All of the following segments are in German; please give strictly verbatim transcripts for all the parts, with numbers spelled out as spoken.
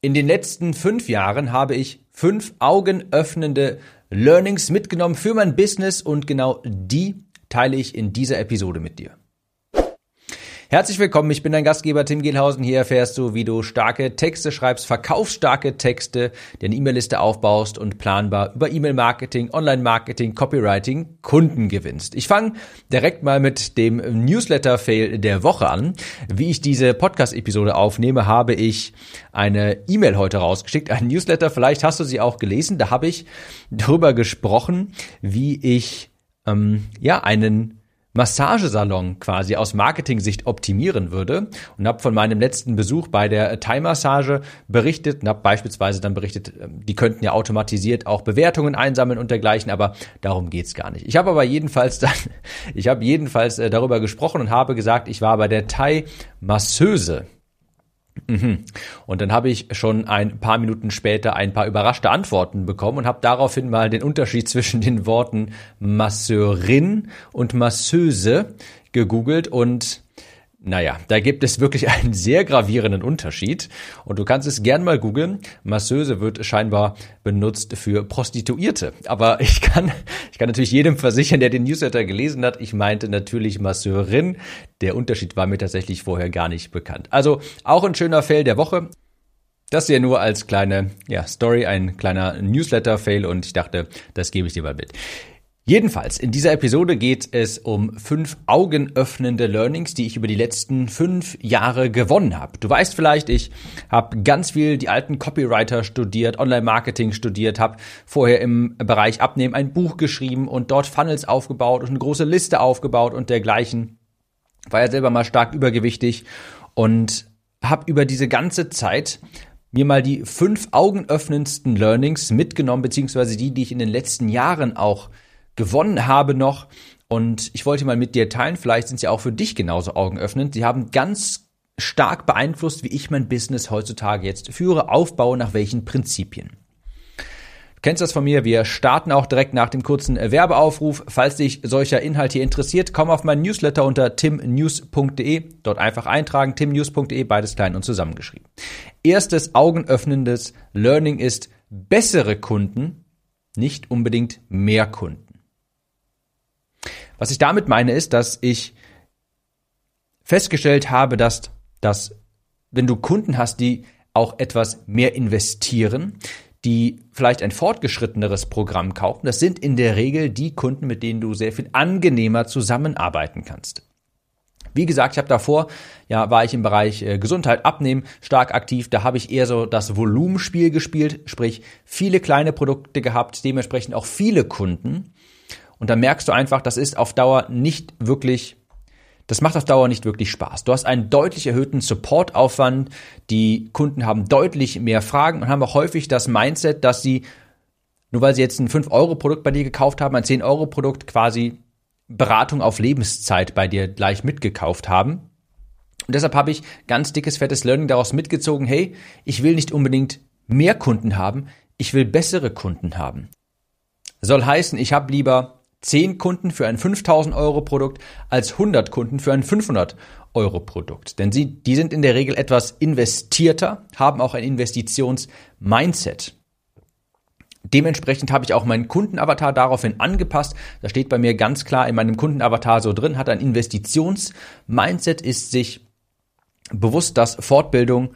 In den letzten fünf Jahren habe ich fünf augenöffnende Learnings mitgenommen für mein Business und genau die teile ich in dieser Episode mit dir. Herzlich willkommen, ich bin dein Gastgeber Tim Gehlhausen. Hier erfährst du, wie du starke Texte schreibst, verkaufsstarke Texte, dir eine E-Mail-Liste aufbaust und planbar über E-Mail-Marketing, Online-Marketing, Copywriting Kunden gewinnst. Ich fange direkt mal mit dem Newsletter-Fail der Woche an. Wie ich diese Podcast-Episode aufnehme, habe ich eine E-Mail heute rausgeschickt, ein Newsletter, vielleicht hast du sie auch gelesen. Da habe ich darüber gesprochen, wie ich ähm, ja einen Massagesalon quasi aus Marketing-Sicht optimieren würde und habe von meinem letzten Besuch bei der Thai-Massage berichtet und habe beispielsweise dann berichtet, die könnten ja automatisiert auch Bewertungen einsammeln und dergleichen, aber darum geht's gar nicht. Ich habe aber jedenfalls dann, ich habe jedenfalls darüber gesprochen und habe gesagt, ich war bei der Thai-Masseuse. Mhm. Und dann habe ich schon ein paar Minuten später ein paar überraschte Antworten bekommen und habe daraufhin mal den Unterschied zwischen den Worten Masseurin und Masseuse gegoogelt und naja, da gibt es wirklich einen sehr gravierenden Unterschied und du kannst es gern mal googeln. Masseuse wird scheinbar benutzt für Prostituierte, aber ich kann ich kann natürlich jedem versichern, der den Newsletter gelesen hat, ich meinte natürlich Masseurin. Der Unterschied war mir tatsächlich vorher gar nicht bekannt. Also auch ein schöner Fail der Woche. Das hier nur als kleine ja, Story, ein kleiner Newsletter-Fail und ich dachte, das gebe ich dir mal mit. Jedenfalls, in dieser Episode geht es um fünf augenöffnende Learnings, die ich über die letzten fünf Jahre gewonnen habe. Du weißt vielleicht, ich habe ganz viel die alten Copywriter studiert, Online-Marketing studiert, habe vorher im Bereich Abnehmen ein Buch geschrieben und dort Funnels aufgebaut und eine große Liste aufgebaut und dergleichen. War ja selber mal stark übergewichtig und habe über diese ganze Zeit mir mal die fünf augenöffnendsten Learnings mitgenommen, beziehungsweise die, die ich in den letzten Jahren auch gewonnen habe noch und ich wollte mal mit dir teilen, vielleicht sind sie auch für dich genauso augenöffnend. Sie haben ganz stark beeinflusst, wie ich mein Business heutzutage jetzt führe, aufbaue, nach welchen Prinzipien. Du kennst das von mir, wir starten auch direkt nach dem kurzen Werbeaufruf. Falls dich solcher Inhalt hier interessiert, komm auf meinen Newsletter unter tim news punkt de, dort einfach eintragen, tim news punkt de, beides klein und zusammengeschrieben. Erstes augenöffnendes Learning ist bessere Kunden, nicht unbedingt mehr Kunden. Was ich damit meine, ist, dass ich festgestellt habe, dass, dass wenn du Kunden hast, die auch etwas mehr investieren, die vielleicht ein fortgeschritteneres Programm kaufen, das sind in der Regel die Kunden, mit denen du sehr viel angenehmer zusammenarbeiten kannst. Wie gesagt, ich habe davor, ja, war ich im Bereich äh, Gesundheit, Abnehmen stark aktiv. Da habe ich eher so das Volumenspiel gespielt, sprich viele kleine Produkte gehabt, dementsprechend auch viele Kunden. Und da merkst du einfach, das ist auf Dauer nicht wirklich, das macht auf Dauer nicht wirklich Spaß. Du hast einen deutlich erhöhten Supportaufwand, die Kunden haben deutlich mehr Fragen und haben auch häufig das Mindset, dass sie, nur weil sie jetzt ein fünf Euro Produkt bei dir gekauft haben, ein zehn Euro Produkt quasi Beratung auf Lebenszeit bei dir gleich mitgekauft haben. Und deshalb habe ich ganz dickes, fettes Learning daraus mitgezogen, hey, ich will nicht unbedingt mehr Kunden haben, ich will bessere Kunden haben. Soll heißen, ich habe lieber zehn Kunden für ein fünftausend Euro Produkt als hundert Kunden für ein fünfhundert Euro Produkt. Denn sie, die sind in der Regel etwas investierter, haben auch ein Investitions-Mindset. Dementsprechend habe ich auch meinen Kundenavatar daraufhin angepasst. Da steht bei mir ganz klar in meinem Kundenavatar so drin, hat ein Investitions-Mindset, ist sich bewusst, dass Fortbildung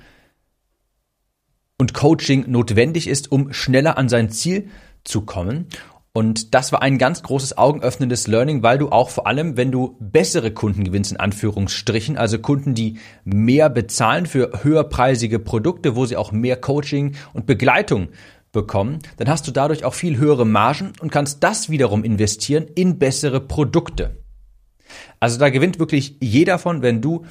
und Coaching notwendig ist, um schneller an sein Ziel zu kommen. Und das war ein ganz großes augenöffnendes Learning, weil du auch vor allem, wenn du bessere Kunden gewinnst, in Anführungsstrichen, also Kunden, die mehr bezahlen für höherpreisige Produkte, wo sie auch mehr Coaching und Begleitung bekommen, dann hast du dadurch auch viel höhere Margen und kannst das wiederum investieren in bessere Produkte. Also da gewinnt wirklich jeder von, wenn du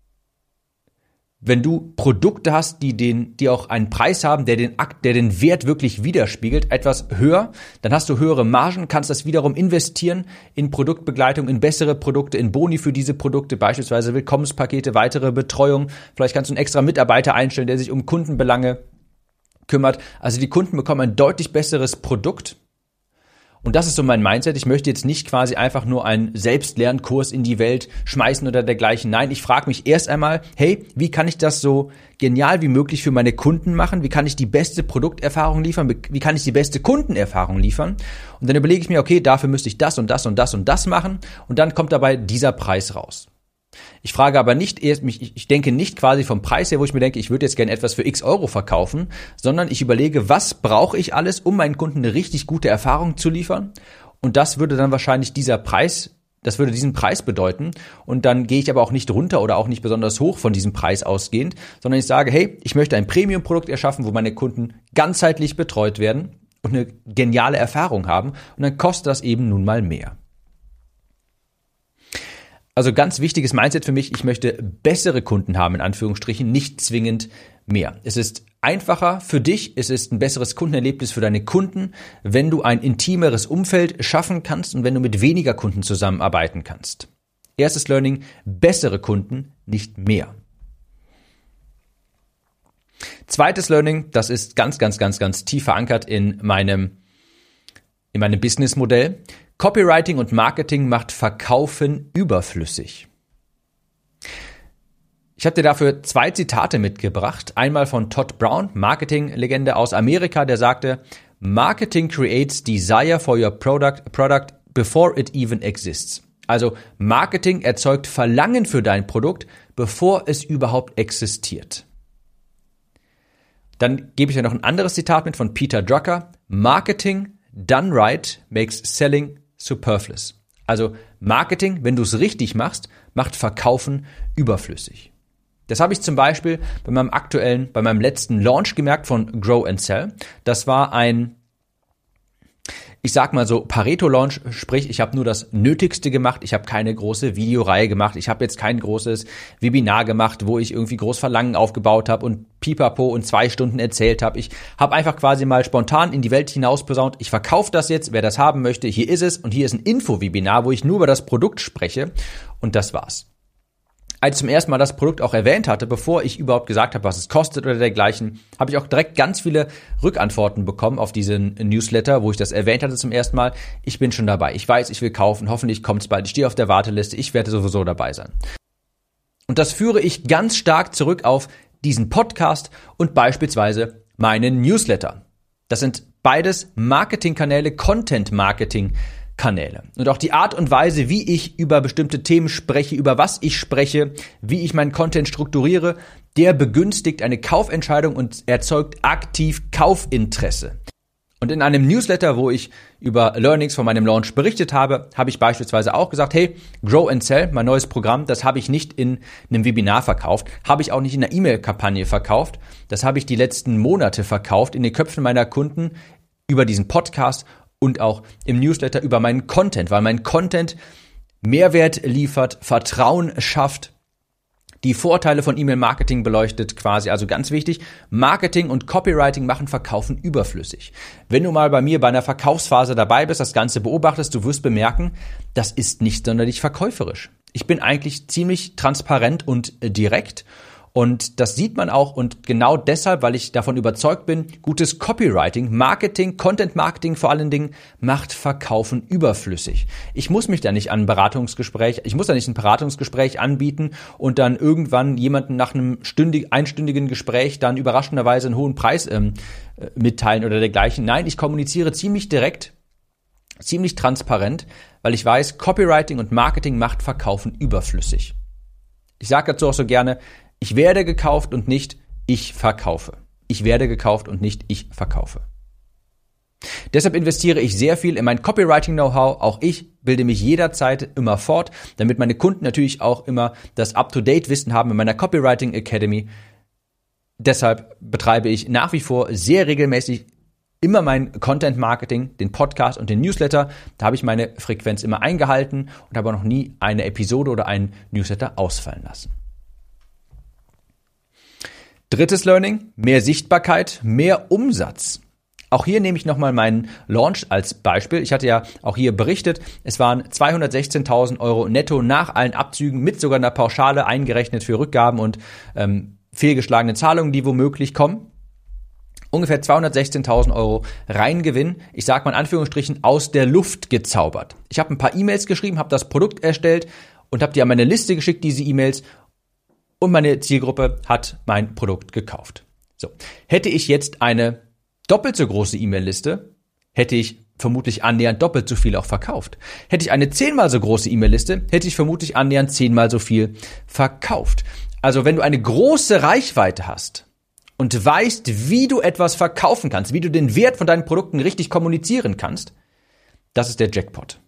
Wenn du Produkte hast, die den, die auch einen Preis haben, der den Akt, der den Wert wirklich widerspiegelt, etwas höher, dann hast du höhere Margen, kannst das wiederum investieren in Produktbegleitung, in bessere Produkte, in Boni für diese Produkte, beispielsweise Willkommenspakete, weitere Betreuung. Vielleicht kannst du einen extra Mitarbeiter einstellen, der sich um Kundenbelange kümmert. Also die Kunden bekommen ein deutlich besseres Produkt Und das ist so mein Mindset. Ich möchte jetzt nicht quasi einfach nur einen Selbstlernkurs in die Welt schmeißen oder dergleichen. Nein, ich frage mich erst einmal, hey, wie kann ich das so genial wie möglich für meine Kunden machen? Wie kann ich die beste Produkterfahrung liefern? Wie kann ich die beste Kundenerfahrung liefern? Und dann überlege ich mir, okay, dafür müsste ich das und das und das und das machen. Und dann kommt dabei dieser Preis raus. Ich frage aber nicht erst mich, ich denke nicht quasi vom Preis her, wo ich mir denke, ich würde jetzt gerne etwas für x Euro verkaufen, sondern ich überlege, was brauche ich alles, um meinen Kunden eine richtig gute Erfahrung zu liefern? Und das würde dann wahrscheinlich dieser Preis, das würde diesen Preis bedeuten. Und dann gehe ich aber auch nicht runter oder auch nicht besonders hoch von diesem Preis ausgehend, sondern ich sage, hey, ich möchte ein Premium-Produkt erschaffen, wo meine Kunden ganzheitlich betreut werden und eine geniale Erfahrung haben. Und dann kostet das eben nun mal mehr. Also ganz wichtiges Mindset für mich, ich möchte bessere Kunden haben, in Anführungsstrichen, nicht zwingend mehr. Es ist einfacher für dich, es ist ein besseres Kundenerlebnis für deine Kunden, wenn du ein intimeres Umfeld schaffen kannst und wenn du mit weniger Kunden zusammenarbeiten kannst. Erstes Learning, bessere Kunden, nicht mehr. Zweites Learning, das ist ganz, ganz, ganz, ganz tief verankert in meinem, in meinem Businessmodell. Copywriting und Marketing macht Verkaufen überflüssig. Ich habe dir dafür zwei Zitate mitgebracht. Einmal von Todd Brown, Marketinglegende aus Amerika, der sagte, Marketing creates desire for your product, product before it even exists. Also Marketing erzeugt Verlangen für dein Produkt, bevor es überhaupt existiert. Dann gebe ich dir noch ein anderes Zitat mit von Peter Drucker. Marketing done right makes selling superfluous. Also Marketing, wenn du es richtig machst, macht Verkaufen überflüssig. Das habe ich zum Beispiel bei meinem aktuellen, bei meinem letzten Launch gemerkt von Grow and Sell. Das war ein, ich sag mal so, Pareto-Launch, sprich, ich habe nur das Nötigste gemacht. Ich habe keine große Videoreihe gemacht. Ich habe jetzt kein großes Webinar gemacht, wo ich irgendwie groß Verlangen aufgebaut habe und pipapo und zwei Stunden erzählt habe. Ich habe einfach quasi mal spontan in die Welt hinaus posaunt. Ich verkaufe das jetzt, wer das haben möchte. Hier ist es und hier ist ein Info-Webinar, wo ich nur über das Produkt spreche und das war's. Als ich zum ersten Mal das Produkt auch erwähnt hatte, bevor ich überhaupt gesagt habe, was es kostet oder dergleichen, habe ich auch direkt ganz viele Rückantworten bekommen auf diesen Newsletter, wo ich das erwähnt hatte zum ersten Mal. Ich bin schon dabei. Ich weiß, ich will kaufen. Hoffentlich kommt es bald. Ich stehe auf der Warteliste. Ich werde sowieso dabei sein. Und das führe ich ganz stark zurück auf diesen Podcast und beispielsweise meinen Newsletter. Das sind beides Marketingkanäle, Content-Marketing Kanäle. Und auch die Art und Weise, wie ich über bestimmte Themen spreche, über was ich spreche, wie ich meinen Content strukturiere, der begünstigt eine Kaufentscheidung und erzeugt aktiv Kaufinteresse. Und in einem Newsletter, wo ich über Learnings von meinem Launch berichtet habe, habe ich beispielsweise auch gesagt, hey, Grow and Sell, mein neues Programm, das habe ich nicht in einem Webinar verkauft, habe ich auch nicht in einer E-Mail-Kampagne verkauft, das habe ich die letzten Monate verkauft in den Köpfen meiner Kunden über diesen Podcast und auch im Newsletter über meinen Content, weil mein Content Mehrwert liefert, Vertrauen schafft, die Vorteile von E-Mail-Marketing beleuchtet quasi. Also ganz wichtig, Marketing und Copywriting machen Verkaufen überflüssig. Wenn du mal bei mir bei einer Verkaufsphase dabei bist, das Ganze beobachtest, du wirst bemerken, das ist nicht sonderlich verkäuferisch. Ich bin eigentlich ziemlich transparent und direkt. Und das sieht man auch und genau deshalb, weil ich davon überzeugt bin, gutes Copywriting, Marketing, Content Marketing vor allen Dingen macht Verkaufen überflüssig. Ich muss mich da nicht an ein Beratungsgespräch, ich muss da nicht ein Beratungsgespräch anbieten und dann irgendwann jemanden nach einem stündig, einstündigen Gespräch dann überraschenderweise einen hohen Preis ähm, mitteilen oder dergleichen. Nein, ich kommuniziere ziemlich direkt, ziemlich transparent, weil ich weiß, Copywriting und Marketing macht Verkaufen überflüssig. Ich sage dazu auch so gerne, ich werde gekauft und nicht ich verkaufe. Ich werde gekauft und nicht ich verkaufe. Deshalb investiere ich sehr viel in mein Copywriting-Know-how. Auch ich bilde mich jederzeit immer fort, damit meine Kunden natürlich auch immer das Up-to-Date-Wissen haben in meiner Copywriting Academy. Deshalb betreibe ich nach wie vor sehr regelmäßig immer mein Content-Marketing, den Podcast und den Newsletter. Da habe ich meine Frequenz immer eingehalten und habe noch nie eine Episode oder einen Newsletter ausfallen lassen. Drittes Learning, mehr Sichtbarkeit, mehr Umsatz. Auch hier nehme ich nochmal meinen Launch als Beispiel. Ich hatte ja auch hier berichtet, es waren zweihundertsechzehntausend Euro netto nach allen Abzügen mit sogar einer Pauschale eingerechnet für Rückgaben und ähm, fehlgeschlagene Zahlungen, die womöglich kommen. ungefähr zweihundertsechzehntausend Euro Reingewinn, ich sage mal in Anführungsstrichen, aus der Luft gezaubert. Ich habe ein paar E-Mails geschrieben, habe das Produkt erstellt und habe die an meine Liste geschickt, diese E-Mails, und meine Zielgruppe hat mein Produkt gekauft. So, hätte ich jetzt eine doppelt so große E-Mail-Liste, hätte ich vermutlich annähernd doppelt so viel auch verkauft. Hätte ich eine zehnmal so große E-Mail-Liste, hätte ich vermutlich annähernd zehnmal so viel verkauft. Also wenn du eine große Reichweite hast und weißt, wie du etwas verkaufen kannst, wie du den Wert von deinen Produkten richtig kommunizieren kannst, das ist der Jackpot.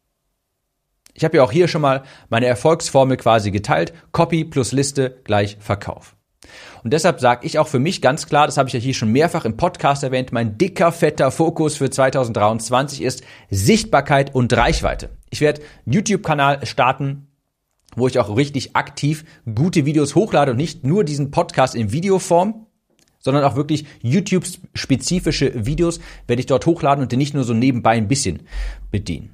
Ich habe ja auch hier schon mal meine Erfolgsformel quasi geteilt. Copy plus Liste gleich Verkauf. Und deshalb sage ich auch für mich ganz klar, das habe ich ja hier schon mehrfach im Podcast erwähnt, mein dicker, fetter Fokus für zweitausenddreiundzwanzig ist Sichtbarkeit und Reichweite. Ich werde einen YouTube-Kanal starten, wo ich auch richtig aktiv gute Videos hochlade und nicht nur diesen Podcast in Videoform, sondern auch wirklich YouTube-spezifische Videos werde ich dort hochladen und den nicht nur so nebenbei ein bisschen bedienen.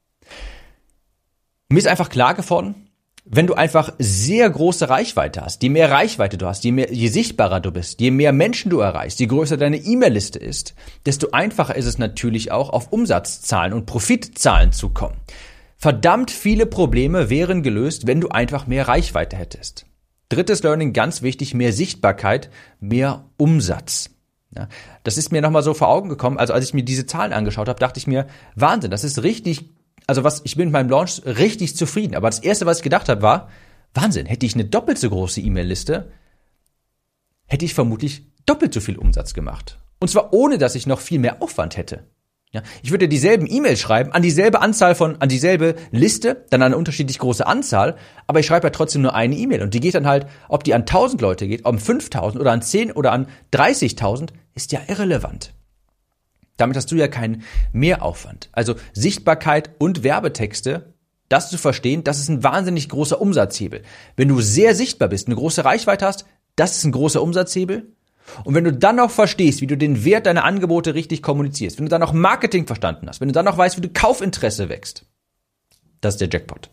Mir ist einfach klar geworden, wenn du einfach sehr große Reichweite hast, je mehr Reichweite du hast, je mehr, je sichtbarer du bist, je mehr Menschen du erreichst, je größer deine E-Mail-Liste ist, desto einfacher ist es natürlich auch, auf Umsatzzahlen und Profitzahlen zu kommen. Verdammt viele Probleme wären gelöst, wenn du einfach mehr Reichweite hättest. Drittes Learning, ganz wichtig, mehr Sichtbarkeit, mehr Umsatz. Ja, das ist mir nochmal so vor Augen gekommen, also als ich mir diese Zahlen angeschaut habe, dachte ich mir, Wahnsinn, das ist richtig. Also was, ich bin mit meinem Launch richtig zufrieden. Aber das Erste, was ich gedacht habe, war, Wahnsinn, hätte ich eine doppelt so große E-Mail-Liste, hätte ich vermutlich doppelt so viel Umsatz gemacht. Und zwar ohne, dass ich noch viel mehr Aufwand hätte. Ja, ich würde dieselben E-Mails schreiben, an dieselbe Anzahl von, an dieselbe Liste, dann an eine unterschiedlich große Anzahl, aber ich schreibe ja trotzdem nur eine E-Mail. Und die geht dann halt, ob die an tausend Leute geht, um fünftausend oder an zehn oder an dreißigtausend, ist ja irrelevant. Damit hast du ja keinen Mehraufwand. Also Sichtbarkeit und Werbetexte, das zu verstehen, das ist ein wahnsinnig großer Umsatzhebel. Wenn du sehr sichtbar bist, eine große Reichweite hast, das ist ein großer Umsatzhebel. Und wenn du dann noch verstehst, wie du den Wert deiner Angebote richtig kommunizierst, wenn du dann noch Marketing verstanden hast, wenn du dann noch weißt, wie du Kaufinteresse wächst, das ist der Jackpot.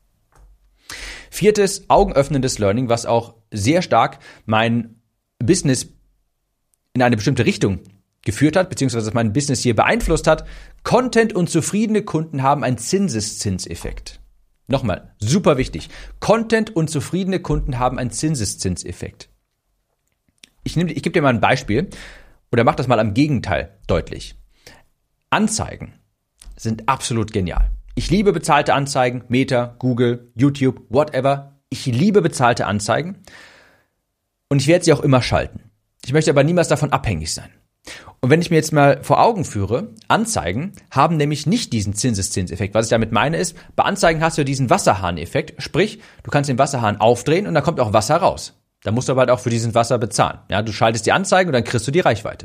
Viertes, augenöffnendes Learning, was auch sehr stark mein Business in eine bestimmte Richtung geführt hat, beziehungsweise mein Business hier beeinflusst hat. Content und zufriedene Kunden haben einen Zinseszinseffekt. Nochmal, super wichtig. Content und zufriedene Kunden haben einen Zinseszinseffekt. Ich nehme, ich gebe dir mal ein Beispiel oder mach das mal am Gegenteil deutlich. Anzeigen sind absolut genial. Ich liebe bezahlte Anzeigen, Meta, Google, YouTube, whatever. Ich liebe bezahlte Anzeigen und ich werde sie auch immer schalten. Ich möchte aber niemals davon abhängig sein. Und wenn ich mir jetzt mal vor Augen führe, Anzeigen haben nämlich nicht diesen Zinseszinseffekt. Was ich damit meine ist, bei Anzeigen hast du diesen Wasserhahn-Effekt, sprich, du kannst den Wasserhahn aufdrehen und da kommt auch Wasser raus. Da musst du aber halt auch für diesen Wasser bezahlen. Ja, du schaltest die Anzeigen und dann kriegst du die Reichweite.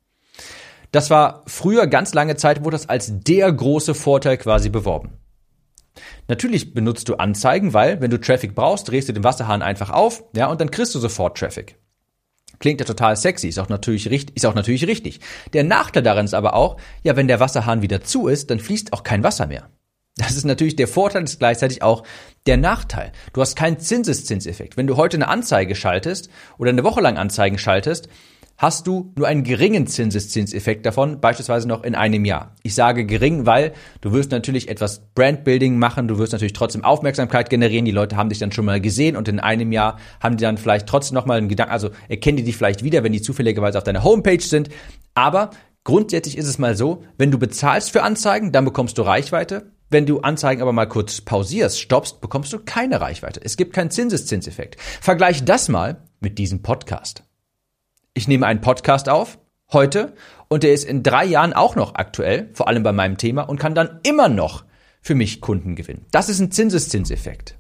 Das war früher ganz lange Zeit, wurde das als der große Vorteil quasi beworben. Natürlich benutzt du Anzeigen, weil wenn du Traffic brauchst, drehst du den Wasserhahn einfach auf, ja, und dann kriegst du sofort Traffic. Klingt ja total sexy, ist auch natürlich richtig, ist auch natürlich richtig. Der Nachteil daran ist aber auch, ja, wenn der Wasserhahn wieder zu ist, dann fließt auch kein Wasser mehr. Das ist natürlich der Vorteil, ist gleichzeitig auch der Nachteil. Du hast keinen Zinseszinseffekt. Wenn du heute eine Anzeige schaltest oder eine Woche lang Anzeigen schaltest, hast du nur einen geringen Zinseszinseffekt davon, beispielsweise noch in einem Jahr. Ich sage gering, weil du wirst natürlich etwas Brandbuilding machen, du wirst natürlich trotzdem Aufmerksamkeit generieren, die Leute haben dich dann schon mal gesehen und in einem Jahr haben die dann vielleicht trotzdem noch mal einen Gedanken, also erkennen die dich vielleicht wieder, wenn die zufälligerweise auf deiner Homepage sind, aber grundsätzlich ist es mal so, wenn du bezahlst für Anzeigen, dann bekommst du Reichweite. Wenn du Anzeigen aber mal kurz pausierst, stoppst, bekommst du keine Reichweite. Es gibt keinen Zinseszinseffekt. Vergleich das mal mit diesem Podcast. Ich nehme einen Podcast auf, heute, und der ist in drei Jahren auch noch aktuell, vor allem bei meinem Thema, und kann dann immer noch für mich Kunden gewinnen. Das ist ein Zinseszinseffekt.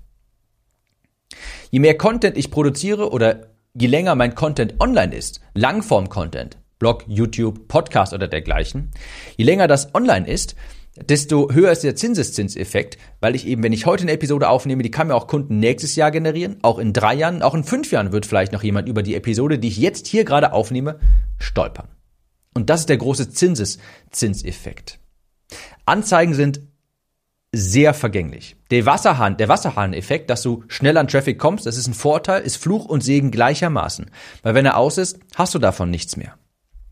Je mehr Content ich produziere oder je länger mein Content online ist, Langform-Content, Blog, YouTube, Podcast oder dergleichen, je länger das online ist, desto höher ist der Zinseszinseffekt, weil ich eben, wenn ich heute eine Episode aufnehme, die kann mir auch Kunden nächstes Jahr generieren, auch in drei Jahren, auch in fünf Jahren wird vielleicht noch jemand über die Episode, die ich jetzt hier gerade aufnehme, stolpern. Und das ist der große Zinseszinseffekt. Anzeigen sind sehr vergänglich. Der Wasserhahn, der Wasserhahn-Effekt, dass du schnell an Traffic kommst, das ist ein Vorteil, ist Fluch und Segen gleichermaßen. Weil wenn er aus ist, hast du davon nichts mehr.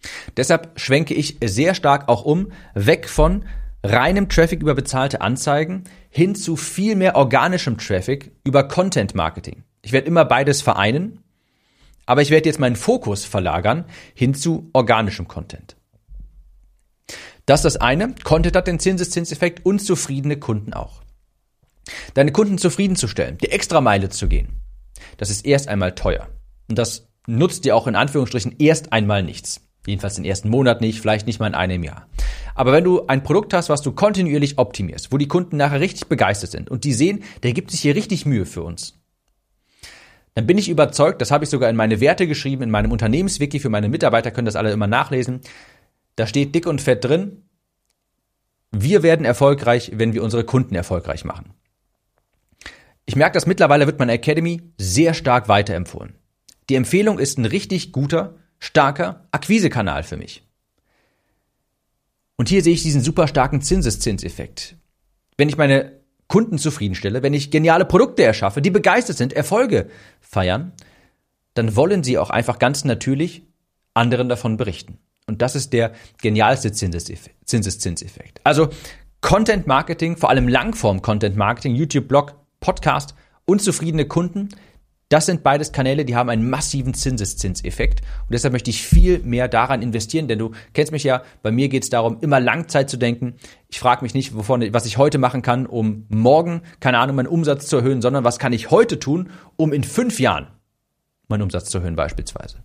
Deshalb schwenke ich sehr stark auch um, weg von reinem Traffic über bezahlte Anzeigen hin zu viel mehr organischem Traffic über Content Marketing. Ich werde immer beides vereinen, aber ich werde jetzt meinen Fokus verlagern hin zu organischem Content. Das ist das eine. Content hat den Zinseszinseffekt und zufriedene Kunden auch. Deine Kunden zufriedenzustellen, die Extrameile zu gehen, das ist erst einmal teuer. Und das nutzt dir auch in Anführungsstrichen erst einmal nichts. Jedenfalls den ersten Monat nicht, vielleicht nicht mal in einem Jahr. Aber wenn du ein Produkt hast, was du kontinuierlich optimierst, wo die Kunden nachher richtig begeistert sind und die sehen, der gibt sich hier richtig Mühe für uns, dann bin ich überzeugt, das habe ich sogar in meine Werte geschrieben, in meinem Unternehmenswiki, für meine Mitarbeiter können das alle immer nachlesen, da steht dick und fett drin, wir werden erfolgreich, wenn wir unsere Kunden erfolgreich machen. Ich merke, dass mittlerweile wird meine Academy sehr stark weiterempfohlen. Die Empfehlung ist ein richtig guter, starker Akquisekanal für mich. Und hier sehe ich diesen super starken Zinseszinseffekt. Wenn ich meine Kunden zufriedenstelle, wenn ich geniale Produkte erschaffe, die begeistert sind, Erfolge feiern, dann wollen sie auch einfach ganz natürlich anderen davon berichten. Und das ist der genialste Zinseszinseffekt. Also Content Marketing, vor allem Langform Content Marketing, YouTube, Blog, Podcast und zufriedene Kunden, das sind beides Kanäle, die haben einen massiven Zinseszinseffekt. Und deshalb möchte ich viel mehr daran investieren, denn du kennst mich ja, bei mir geht es darum, immer Langzeit zu denken. Ich frage mich nicht, wovon, was ich heute machen kann, um morgen, keine Ahnung, meinen Umsatz zu erhöhen, sondern was kann ich heute tun, um in fünf Jahren meinen Umsatz zu erhöhen beispielsweise.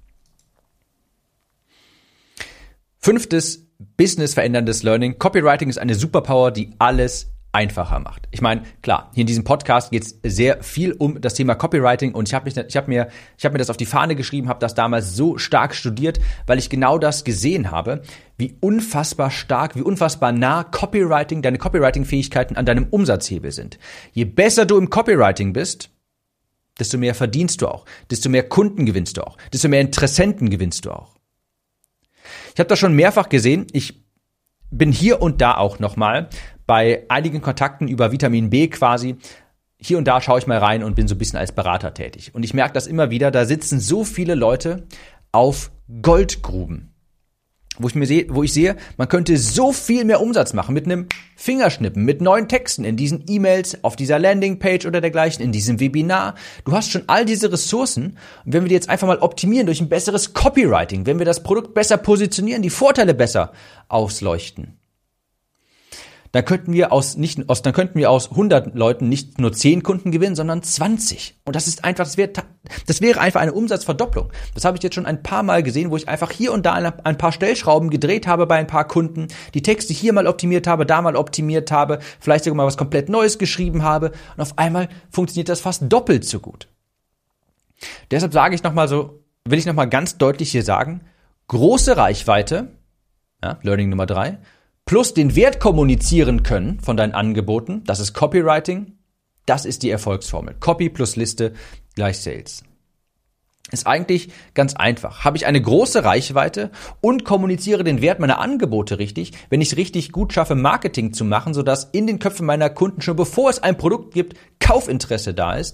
Fünftes business-veränderndes Learning. Copywriting ist eine Superpower, die alles einfacher macht. Ich meine, klar, hier in diesem Podcast geht es sehr viel um das Thema Copywriting und ich habe mich, ich habe mir, ich habe mir das auf die Fahne geschrieben, habe das damals so stark studiert, weil ich genau das gesehen habe, wie unfassbar stark, wie unfassbar nah Copywriting, deine Copywriting-Fähigkeiten an deinem Umsatzhebel sind. Je besser du im Copywriting bist, desto mehr verdienst du auch, desto mehr Kunden gewinnst du auch, desto mehr Interessenten gewinnst du auch. Ich habe das schon mehrfach gesehen. Ich bin hier und da auch nochmal bei einigen Kontakten über Vitamin B quasi. Hier und da schaue ich mal rein und bin so ein bisschen als Berater tätig. Und ich merke das immer wieder, da sitzen so viele Leute auf Goldgruben. Wo ich mir sehe, wo ich sehe, man könnte so viel mehr Umsatz machen mit einem Fingerschnippen, mit neuen Texten in diesen E-Mails, auf dieser Landingpage oder dergleichen, in diesem Webinar. Du hast schon all diese Ressourcen und wenn wir die jetzt einfach mal optimieren durch ein besseres Copywriting, wenn wir das Produkt besser positionieren, die Vorteile besser ausleuchten, dann könnten wir aus nicht aus dann könnten wir aus hundert Leuten nicht nur zehn Kunden gewinnen, sondern zwanzig. Und das ist einfach das wäre das wäre einfach eine Umsatzverdopplung. Das habe ich jetzt schon ein paar Mal gesehen, wo ich einfach hier und da ein paar Stellschrauben gedreht habe bei ein paar Kunden, die Texte hier mal optimiert habe, da mal optimiert habe, vielleicht sogar mal was komplett Neues geschrieben habe und auf einmal funktioniert das fast doppelt so gut. Deshalb sage ich noch mal so, will ich noch mal ganz deutlich hier sagen, große Reichweite, ja, Learning Nummer drei, plus den Wert kommunizieren können von deinen Angeboten, das ist Copywriting, das ist die Erfolgsformel. Copy plus Liste gleich Sales. Ist eigentlich ganz einfach. Habe ich eine große Reichweite und kommuniziere den Wert meiner Angebote richtig, wenn ich es richtig gut schaffe, Marketing zu machen, sodass in den Köpfen meiner Kunden schon bevor es ein Produkt gibt, Kaufinteresse da ist,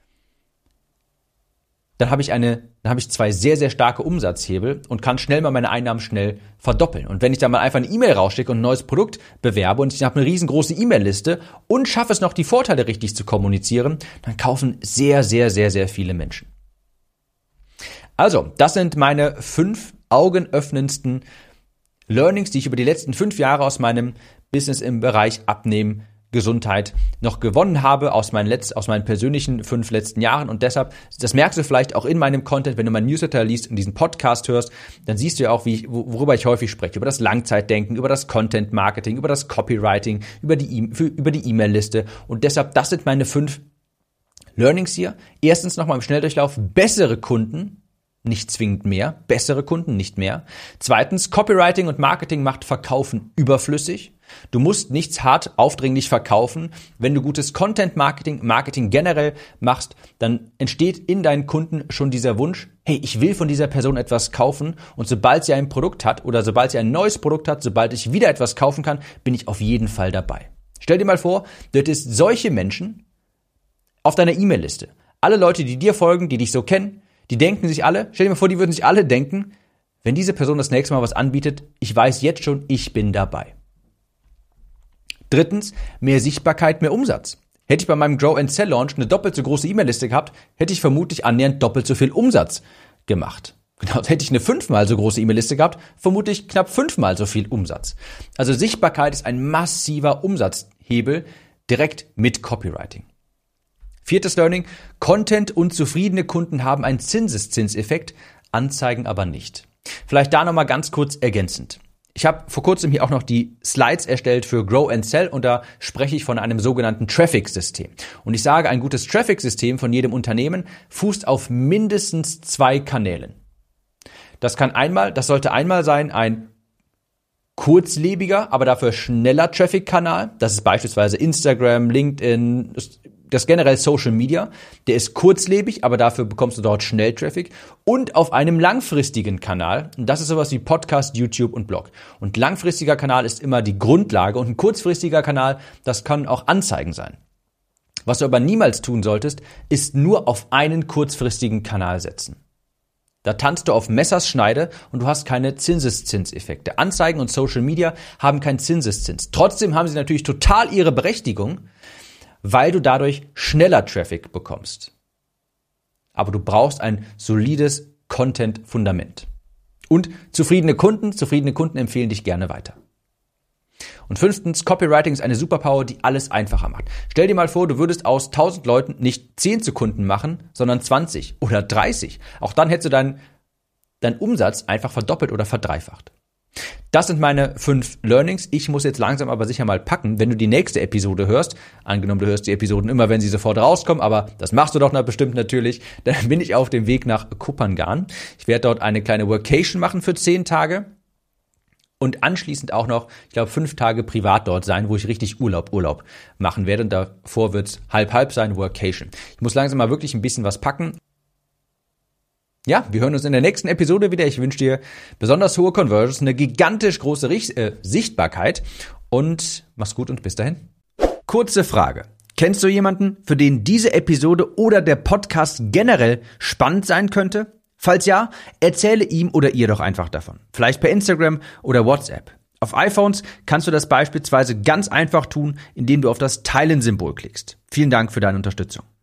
dann habe ich eine, dann habe ich zwei sehr, sehr starke Umsatzhebel und kann schnell mal meine Einnahmen schnell verdoppeln. Und wenn ich dann mal einfach eine E-Mail rausschicke und ein neues Produkt bewerbe und ich habe eine riesengroße E-Mail-Liste und schaffe es noch, die Vorteile richtig zu kommunizieren, dann kaufen sehr, sehr, sehr, sehr viele Menschen. Also, das sind meine fünf augenöffnendsten Learnings, die ich über die letzten fünf Jahre aus meinem Business im Bereich Abnehmen, Gesundheit noch gewonnen habe aus meinen, Letz-, aus meinen persönlichen fünf letzten Jahren. Und deshalb, das merkst du vielleicht auch in meinem Content, wenn du meinen Newsletter liest und diesen Podcast hörst, dann siehst du ja auch, wie ich, worüber ich häufig spreche. Über das Langzeitdenken, über das Content-Marketing, über das Copywriting, über die, e- für, über die E-Mail-Liste. Und deshalb, das sind meine fünf Learnings hier. Erstens nochmal im Schnelldurchlauf, bessere Kunden, nicht zwingend mehr, bessere Kunden, nicht mehr. Zweitens, Copywriting und Marketing macht Verkaufen überflüssig. Du musst nichts hart aufdringlich verkaufen. Wenn du gutes Content-Marketing, Marketing generell machst, dann entsteht in deinen Kunden schon dieser Wunsch, hey, ich will von dieser Person etwas kaufen und sobald sie ein Produkt hat oder sobald sie ein neues Produkt hat, sobald ich wieder etwas kaufen kann, bin ich auf jeden Fall dabei. Stell dir mal vor, du hättest solche Menschen auf deiner E-Mail-Liste. Alle Leute, die dir folgen, die dich so kennen, die denken sich alle, stell dir mal vor, die würden sich alle denken, wenn diese Person das nächste Mal was anbietet, ich weiß jetzt schon, ich bin dabei. Drittens, mehr Sichtbarkeit, mehr Umsatz. Hätte ich bei meinem Grow and Sell Launch eine doppelt so große E-Mail-Liste gehabt, hätte ich vermutlich annähernd doppelt so viel Umsatz gemacht. Genau, hätte ich eine fünfmal so große E-Mail-Liste gehabt, vermutlich knapp fünfmal so viel Umsatz. Also Sichtbarkeit ist ein massiver Umsatzhebel direkt mit Copywriting. Viertes Learning, Content und zufriedene Kunden haben einen Zinseszinseffekt, Anzeigen aber nicht. Vielleicht da nochmal ganz kurz ergänzend. Ich habe vor kurzem hier auch noch die Slides erstellt für Grow and Sell und da spreche ich von einem sogenannten Traffic-System. Und ich sage, ein gutes Traffic-System von jedem Unternehmen fußt auf mindestens zwei Kanälen. Das kann einmal, das sollte einmal sein, ein kurzlebiger, aber dafür schneller Traffic-Kanal. Das ist beispielsweise Instagram, LinkedIn, das generell Social Media. Der ist kurzlebig, aber dafür bekommst du dort schnell Traffic. Und auf einem langfristigen Kanal. Und das ist sowas wie Podcast, YouTube und Blog. Und langfristiger Kanal ist immer die Grundlage. Und ein kurzfristiger Kanal, das kann auch Anzeigen sein. Was du aber niemals tun solltest, ist nur auf einen kurzfristigen Kanal setzen. Da tanzt du auf Messers Schneide und du hast keine Zinseszinseffekte. Anzeigen und Social Media haben keinen Zinseszins. Trotzdem haben sie natürlich total ihre Berechtigung, weil du dadurch schneller Traffic bekommst. Aber du brauchst ein solides Content-Fundament. Und zufriedene Kunden, zufriedene Kunden empfehlen dich gerne weiter. Und fünftens, Copywriting ist eine Superpower, die alles einfacher macht. Stell dir mal vor, du würdest aus tausend Leuten nicht zehn zu Kunden machen, sondern zwanzig oder dreißig. Auch dann hättest du deinen dein Umsatz einfach verdoppelt oder verdreifacht. Das sind meine fünf Learnings. Ich muss jetzt langsam aber sicher mal packen, wenn du die nächste Episode hörst. Angenommen, du hörst die Episoden immer, wenn sie sofort rauskommen, aber das machst du doch noch bestimmt natürlich. Dann bin ich auf dem Weg nach Kopangan. Ich werde dort eine kleine Workation machen für zehn Tage. Und anschließend auch noch, ich glaube, fünf Tage privat dort sein, wo ich richtig Urlaub, Urlaub machen werde. Und davor wird's halb-halb sein, Workation. Ich muss langsam mal wirklich ein bisschen was packen. Ja, wir hören uns in der nächsten Episode wieder. Ich wünsche dir besonders hohe Conversions, eine gigantisch große Richt- äh, Sichtbarkeit und mach's gut und bis dahin. Kurze Frage. Kennst du jemanden, für den diese Episode oder der Podcast generell spannend sein könnte? Falls ja, erzähle ihm oder ihr doch einfach davon. Vielleicht per Instagram oder WhatsApp. Auf iPhones kannst du das beispielsweise ganz einfach tun, indem du auf das Teilen-Symbol klickst. Vielen Dank für deine Unterstützung.